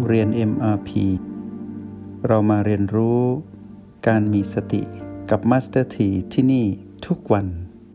เรียน MRP เรามาเรียนรู้การมีสติกับ Master T ที่นี่ทุกวัน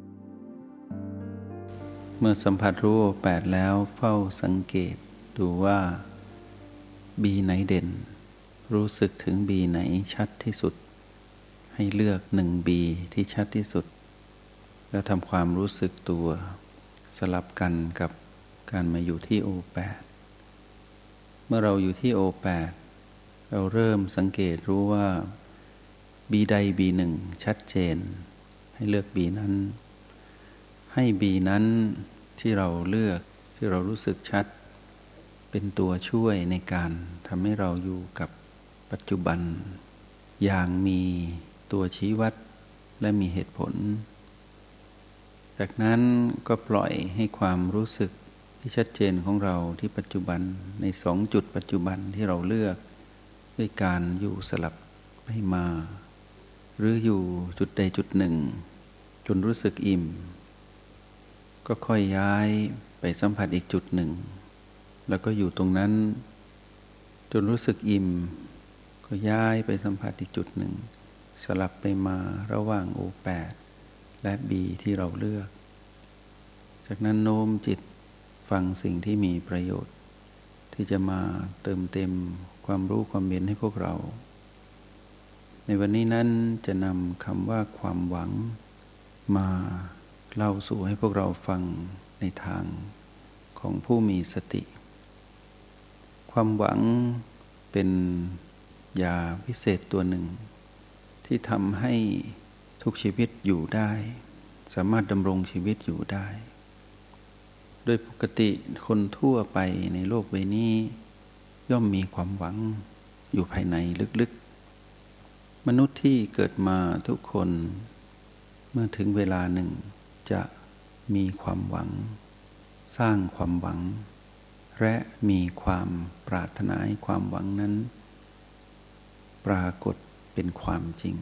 เมื่อสัมผัสรู้8แล้วเฝ้าสังเกตดูว่าบีไหนเด่นรู้สึกถึงบีไหนชัดที่สุดให้เลือก1บีที่ชัดที่สุดแล้วทำความรู้สึกตัวสลับกันกับการมาอยู่ที่ O8 เมื่อเราอยู่ที่ O8 เราเริ่มสังเกตรู้ว่าบีใดบีหนึ่งชัดเจนให้เลือกบีนั้นให้บีนั้นที่เราเลือกที่เรารู้สึกชัดเป็นตัวช่วยในการทำให้เราอยู่กับปัจจุบันอย่างมีตัวชี้วัดและมีเหตุผลจากนั้นก็ปล่อยให้ความรู้สึกที่ชัดเจนของเราที่ปัจจุบันใน2จุดปัจจุบันที่เราเลือกด้วยการอยู่สลับไปมาหรืออยู่จุดใดจุดหนึ่งจนรู้สึกอิ่มก็ค่อยย้ายไปสัมผัสอีกจุดหนึ่งแล้วก็อยู่ตรงนั้นจนรู้สึกอิ่มก็ย้ายไปสัมผัสอีกจุดหนึ่งสลับไปมาระหว่าง O8 และ B ที่เราเลือกจากนั้นโน้มจิตฟังสิ่งที่มีประโยชน์ที่จะมาเติมเต็มความรู้ความเห็นให้พวกเราในวันนี้นั้นจะนำคำว่าความหวังมาเล่าสู่ให้พวกเราฟังในทางของผู้มีสติความหวังเป็นยาพิเศษตัวหนึ่งที่ทำให้ทุกชีวิตอยู่ได้สามารถดำรงชีวิตอยู่ได้โดยปกติคนทั่วไปในโลกใบนี้ย่อมมีความหวังอยู่ภายในลึกๆมนุษย์ที่เกิดมาทุกคนเมื่อถึงเวลาหนึ่งจะมีความหวังสร้างความหวังและมีความปรารถนาให้ความหวังนั้นปรากฏเป็นความจริง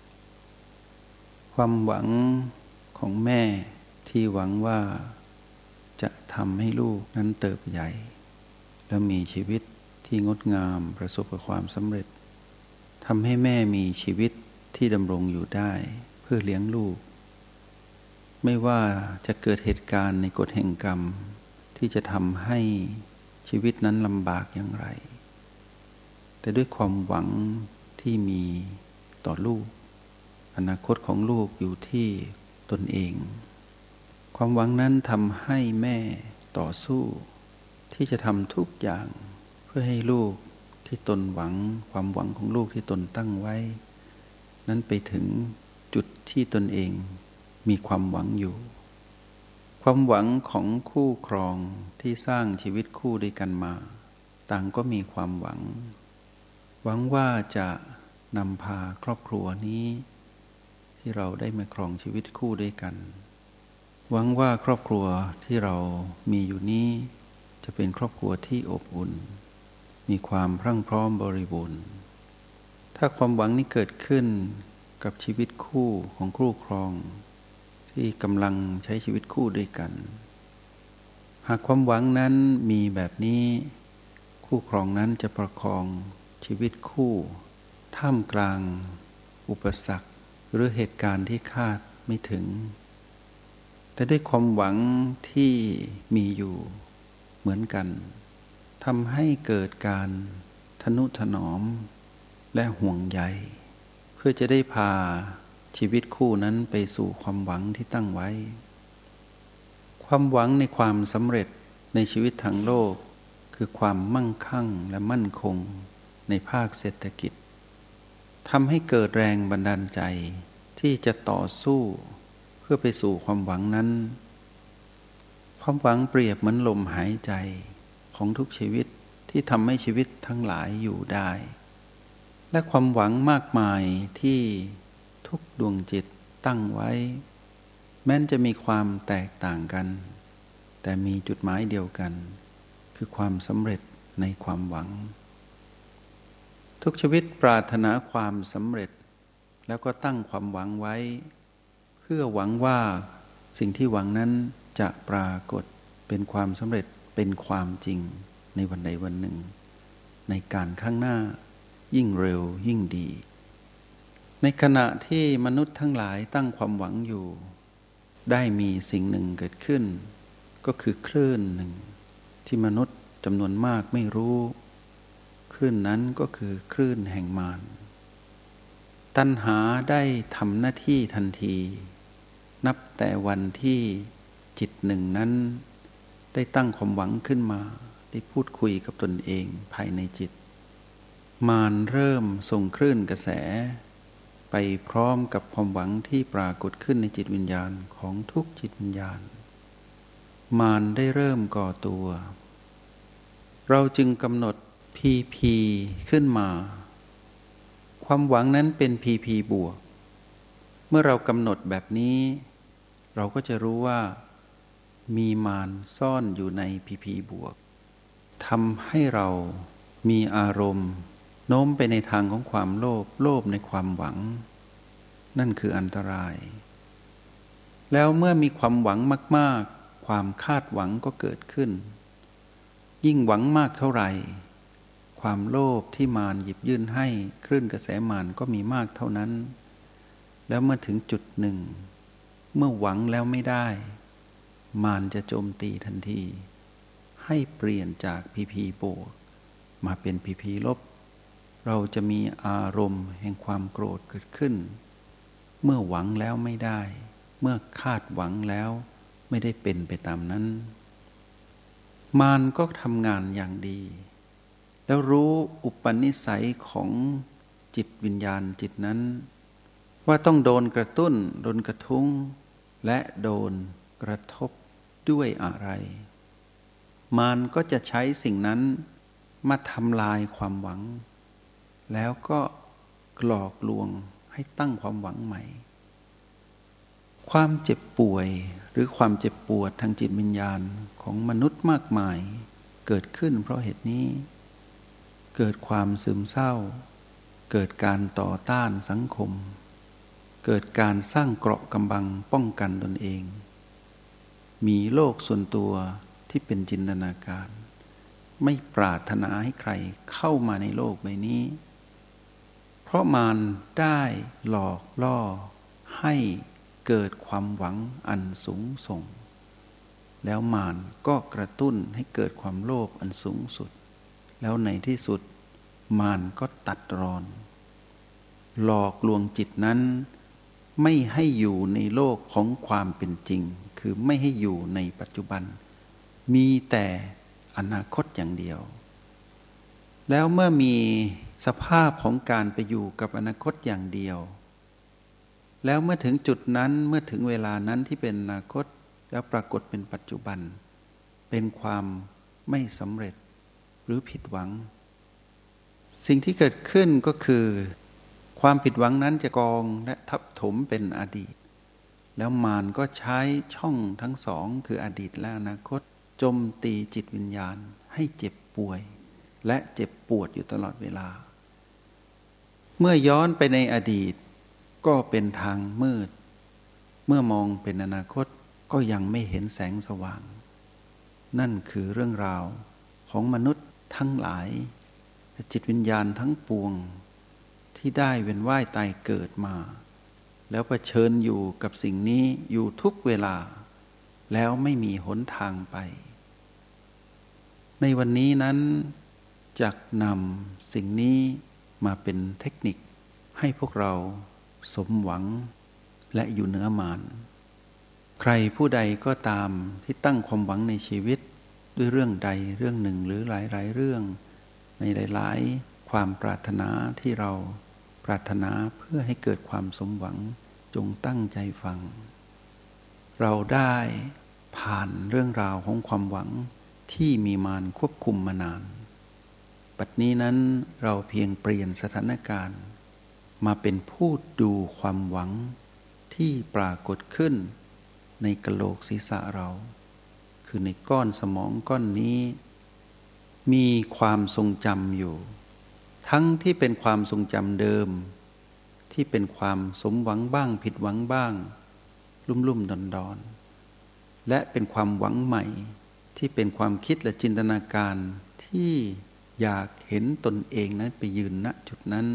ความหวังของแม่ที่หวังว่าจะทำให้ลูกนั้นเติบใหญ่และมีชีวิตที่งดงามประสบกับความสำเร็จทำให้แม่มีชีวิตที่ดำรงอยู่ได้เพื่อเลี้ยงลูกไม่ว่าจะเกิดเหตุการณ์ในกฎแห่งกรรมที่จะทำให้ชีวิตนั้นลำบากอย่างไรแต่ด้วยความหวังที่มีต่อลูกอนาคตของลูกอยู่ที่ตนเองความหวังนั้นทำให้แม่ต่อสู้ที่จะทำทุกอย่างเพื่อให้ลูกที่ตนหวังความหวังของลูกที่ตนตั้งไว้นั้นไปถึงจุดที่ตนเองมีความหวังอยู่ความหวังของคู่ครองที่สร้างชีวิตคู่ด้วยกันมาต่างก็มีความหวังว่าจะนำพาครอบครัวนี้ที่เราได้มาครองชีวิตคู่ด้วยกันหวังว่าครอบครัวที่เรามีอยู่นี้จะเป็นครอบครัวที่อบอุ่นมีความพรั่งพร้อมบริบูรณ์ถ้าความหวังนี้เกิดขึ้นกับชีวิตคู่ของคู่ครองที่กำลังใช้ชีวิตคู่ด้วยกันหากความหวังนั้นมีแบบนี้คู่ครองนั้นจะประคองชีวิตคู่ท่ามกลางอุปสรรคหรือเหตุการณ์ที่คาดไม่ถึงแต่ด้วยความหวังที่มีอยู่เหมือนกันทำให้เกิดการทนุถนอมและห่วงใยเพื่อจะได้พาชีวิตคู่นั้นไปสู่ความหวังที่ตั้งไว้ความหวังในความสำเร็จในชีวิตทางโลกคือความมั่งคั่งและมั่นคงในภาคเศรษฐกิจทำให้เกิดแรงบันดาลใจที่จะต่อสู้เพื่อไปสู่ความหวังนั้นความหวังเปรียบเหมือนลมหายใจของทุกชีวิตที่ทำให้ชีวิตทั้งหลายอยู่ได้และความหวังมากมายที่ทุกดวงจิตตั้งไว้แม้จะมีความแตกต่างกันแต่มีจุดหมายเดียวกันคือความสำเร็จในความหวังทุกชีวิตปรารถนาความสำเร็จแล้วก็ตั้งความหวังไว้เพื่อหวังว่าสิ่งที่หวังนั้นจะปรากฏเป็นความสำเร็จเป็นความจริงในวันใดวันหนึ่งในการข้างหน้ายิ่งเร็วยิ่งดี ในขณะที่มนุษย์ทั้งหลายตั้งความหวังอยู่ได้มีสิ่งหนึ่งเกิดขึ้นก็คือคลื่นหนึ่งที่มนุษย์จำนวนมากไม่รู้คลื่นนั้นก็คือคลื่นแห่งมารตัณหาได้ทำหน้าที่ทันทีนับแต่วันที่จิตหนึ่งนั้นได้ตั้งความหวังขึ้นมาได้พูดคุยกับตนเองภายในจิตมารเริ่มส่งคลื่นกระแสไปพร้อมกับความหวังที่ปรากฏขึ้นในจิตวิญญาณของทุกจิตวิญญาณมารได้เริ่มก่อตัวเราจึงกำหนด PP ขึ้นมาความหวังนั้นเป็น PP บวกเมื่อเรากำหนดแบบนี้เราก็จะรู้ว่ามีมารซ่อนอยู่ใน PP บวกทำให้เรามีอารมณ์โน้มไปในทางของความโลภในความหวังนั่นคืออันตรายแล้วเมื่อมีความหวังมากๆความคาดหวังก็เกิดขึ้นยิ่งหวังมากเท่าไหร่ความโลภที่มารหยิบยื่นให้คลื่นกระแสมารก็มีมากเท่านั้นแล้วเมื่อถึงจุดหนึ่งเมื่อหวังแล้วไม่ได้มารจะโจมตีทันทีให้เปลี่ยนจาก PP บวกมาเป็น PP ลบเราจะมีอารมณ์แห่งความโกรธเกิดขึ้นเมื่อหวังแล้วไม่ได้เมื่อคาดหวังแล้วไม่ได้เป็นไปตามนั้นมารก็ทำงานอย่างดีแล้วรู้อุปนิสัยของจิตวิญญาณจิตนั้นว่าต้องโดนกระตุ้นโดนกระทุ้งและโดนกระทบด้วยอะไรมารก็จะใช้สิ่งนั้นมาทำลายความหวังแล้วก็หลอกลวงให้ตั้งความหวังใหม่ความเจ็บป่วยหรือความเจ็บปวดทางจิตวิญญาณของมนุษย์มากมายเกิดขึ้นเพราะเหตุนี้เกิดความซึมเศร้าเกิดการต่อต้านสังคมเกิดการสร้างเกราะกำบังป้องกันตนเองมีโลกส่วนตัวที่เป็นจินตนาการไม่ปรารถนาให้ใครเข้ามาในโลกใบนี้เพราะมารได้หลอกล่อให้เกิดความหวังอันสูงส่งแล้วมารก็กระตุ้นให้เกิดความโลภอันสูงสุดแล้วในที่สุดมารก็ตัดรอนหลอกลวงจิตนั้นไม่ให้อยู่ในโลกของความเป็นจริงคือไม่ให้อยู่ในปัจจุบันมีแต่อนาคตอย่างเดียวแล้วเมื่อมีสภาพของการไปอยู่กับอนาคตอย่างเดียวแล้วเมื่อถึงจุดนั้นเมื่อถึงเวลานั้นที่เป็นอนาคตแล้วปรากฏเป็นปัจจุบันเป็นความไม่สำเร็จหรือผิดหวังสิ่งที่เกิดขึ้นก็คือความผิดหวังนั้นจะกองและทับถมเป็นอดีตแล้วมารก็ใช้ช่องทั้งสองคืออดีตและอนาคตโจมตีจิตวิญญาณให้เจ็บป่วยและเจ็บปวดอยู่ตลอดเวลาเมื่อย้อนไปในอดีตก็เป็นทางมืดเมื่อมองเป็นอนาคตก็ยังไม่เห็นแสงสว่างนั่นคือเรื่องราวของมนุษย์ทั้งหลายและจิตวิญญาณทั้งปวงที่ได้เวียนว่ายตายเกิดมาแล้วเผชิญอยู่กับสิ่งนี้อยู่ทุกเวลาแล้วไม่มีหนทางไปในวันนี้นั้นจักนำสิ่งนี้มาเป็นเทคนิคให้พวกเราสมหวังและอยู่เหนือมารใครผู้ใดก็ตามที่ตั้งความหวังในชีวิตด้วยเรื่องใดเรื่องหนึ่งหรือหลายๆเรื่องในหลายๆความปรารถนาที่เราปรารถนาเพื่อให้เกิดความสมหวังจงตั้งใจฟังเราได้ผ่านเรื่องราวของความหวังที่มีมารควบคุมมานานบัดนี้นั้นเราเพียงเปลี่ยนสถานการณ์มาเป็นผู้ดูความหวังที่ปรากฏขึ้นในกะโหลกศีรษะเราคือในก้อนสมองก้อนนี้มีความทรงจำอยู่ทั้งที่เป็นความทรงจำเดิมที่เป็นความสมหวังบ้างผิดหวังบ้างลุ่มๆดอนๆและเป็นความหวังใหม่ที่เป็นความคิดและจินตนาการที่อยากเห็นตนเองนั้นไปยืนณจุดนั้น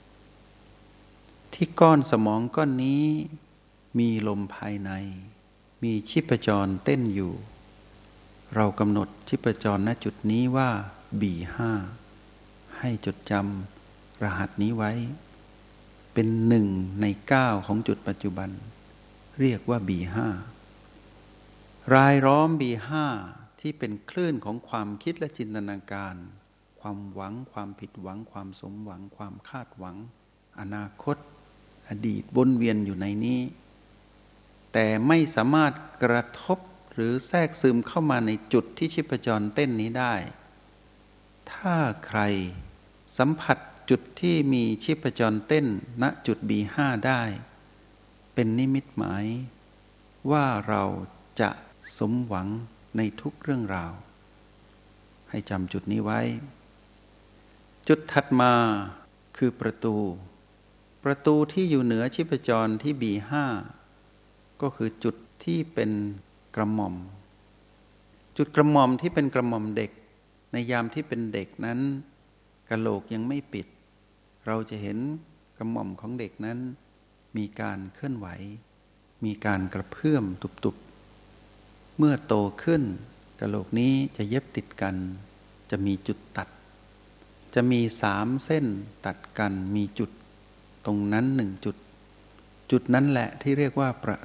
ที่ก้อนสมองก้อนนี้มีลมภายในมีชีพจรเต้นอยู่เรากำหนดชีพจรณจุดนี้ว่า B5 ให้จดจำรหัสนี้ไว้เป็น1 ใน 9ของจุดปัจจุบันเรียกว่า B5 รายล้อม B5 ที่เป็นคลื่นของความคิดและจินตนาการความหวังความผิดหวังความสมหวังความคาดหวังอนาคตอดีตวนเวียนอยู่ในนี้แต่ไม่สามารถกระทบหรือแทรกซึมเข้ามาในจุดที่ชีพจรเต้นนี้ได้ถ้าใครสัมผัสจุดที่มีชีพจรเต้นณจุด B5 ได้เป็นนิมิตหมายว่าเราจะสมหวังในทุกเรื่องราวให้จำจุดนี้ไว้จุดถัดมาคือประตูที่อยู่เหนือชีพจรที่ B5 ก็คือจุดที่เป็นกระหม่อมจุดกระหม่อมที่เป็นกระหม่อมเด็กในยามที่เป็นเด็กนั้นกะโหลกยังไม่ปิดเราจะเห็นกระหม่อมของเด็กนั้นมีการเคลื่อนไหวมีการกระเพื่อมตุบๆเมื่อโตขึ้นกะโหลกนี้จะเย็บติดกันจะมีจุดตัดจะมี3 เส้นตัดกันมีจุดตรงนั้น1 จุดนั้นแหละที่เรียกว่าประ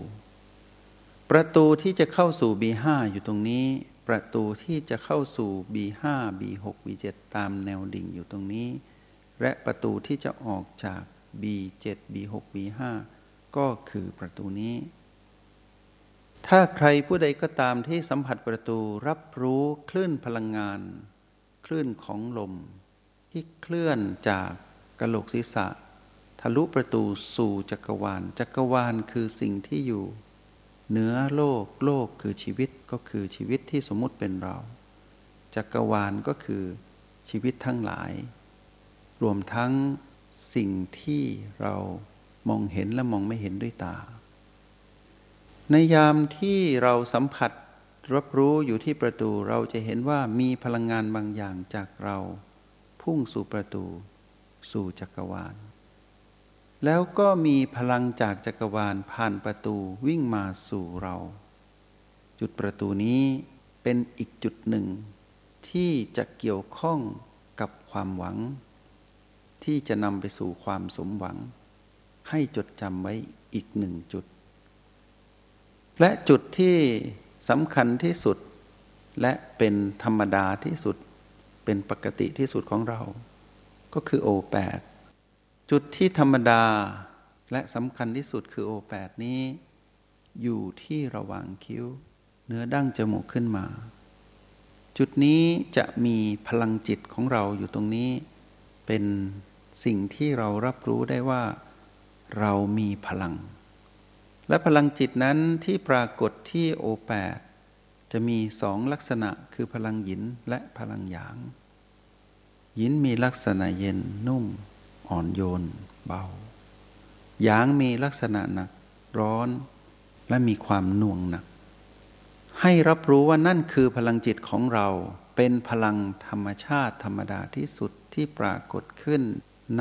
ตูที่จะเข้าสู่ B5 อยู่ตรงนี้ประตูที่จะเข้าสู่ B5 B6 B7 ตามแนวดิ่งอยู่ตรงนี้และประตูที่จะออกจาก B7 B6 B5 ก็คือประตูนี้ถ้าใครผู้ใดก็ตามที่สัมผัสประตูรับรู้คลื่นพลังงานคลื่นของลมที่เคลื่อนจากกะโหลกศีรษะทะลุประตูสู่จักรวาลคือสิ่งที่อยู่เหนือโลกคือชีวิตก็คือชีวิตที่สมมุติเป็นเราจักรวาลก็คือชีวิตทั้งหลายรวมทั้งสิ่งที่เรามองเห็นและมองไม่เห็นด้วยตาในยามที่เราสัมผัสรับรู้อยู่ที่ประตูเราจะเห็นว่ามีพลังงานบางอย่างจากเราพุ่งสู่ประตูสู่จักรวาลแล้วก็มีพลังจากจักรวาลผ่านประตูวิ่งมาสู่เราจุดประตูนี้เป็นอีกจุดหนึ่งที่จะเกี่ยวข้องกับความหวังที่จะนำไปสู่ความสมหวังให้จดจำไว้อีก1 จุดและจุดที่สำคัญที่สุดและเป็นธรรมดาที่สุดเป็นปกติที่สุดของเราก็คือ O8 จุดที่ธรรมดาและสำคัญที่สุดคือ O8 นี้อยู่ที่ระหว่างคิ้วเหนือดั้งจมูกขึ้นมาจุดนี้จะมีพลังจิตของเราอยู่ตรงนี้เป็นสิ่งที่เรารับรู้ได้ว่าเรามีพลังและพลังจิตนั้นที่ปรากฏที่ O8 จะมี2 ลักษณะคือพลังหยินและพลังหยางหยินมีลักษณะเย็นนุ่มอ่อนโยนเบาหยางมีลักษณะหนักร้อนและมีความหน่วงหนักให้รับรู้ว่านั่นคือพลังจิตของเราเป็นพลังธรรมชาติธรรมดาที่สุดที่ปรากฏขึ้นณ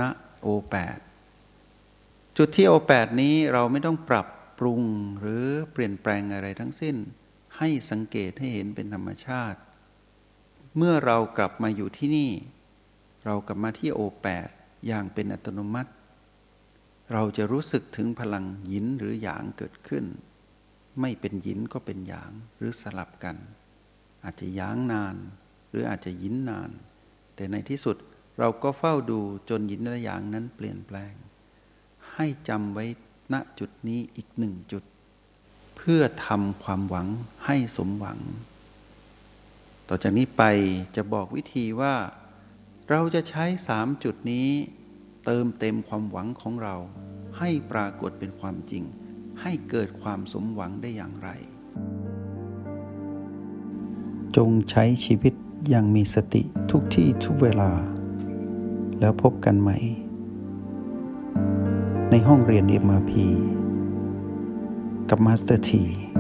O8 จุดที่ O8 นี้เราไม่ต้องปรับปรุงหรือเปลี่ยนแปลงอะไรทั้งสิ้นให้สังเกตให้เห็นเป็นธรรมชาติเมื่อเรากลับมาอยู่ที่นี่เรากลับมาที่ O8 อย่างเป็นอัตโนมัติเราจะรู้สึกถึงพลังหยินหรือหยางเกิดขึ้นไม่เป็นหยินก็เป็นหยางหรือสลับกันอาจจะหยางนานหรืออาจจะหยินนานแต่ในที่สุดเราก็เฝ้าดูจนหยินและหยางนั้นเปลี่ยนแปลงให้จำไว้ณจุดนี้อีก1 จุดเพื่อทำความหวังให้สมหวังต่อจากนี้ไปจะบอกวิธีว่าเราจะใช้3 จุดนี้เติมเต็มความหวังของเราให้ปรากฏเป็นความจริงให้เกิดความสมหวังได้อย่างไรจงใช้ชีวิตอย่างมีสติทุกที่ทุกเวลาแล้วพบกันใหม่ในห้องเรียน MRP กับมาสเตอร์ที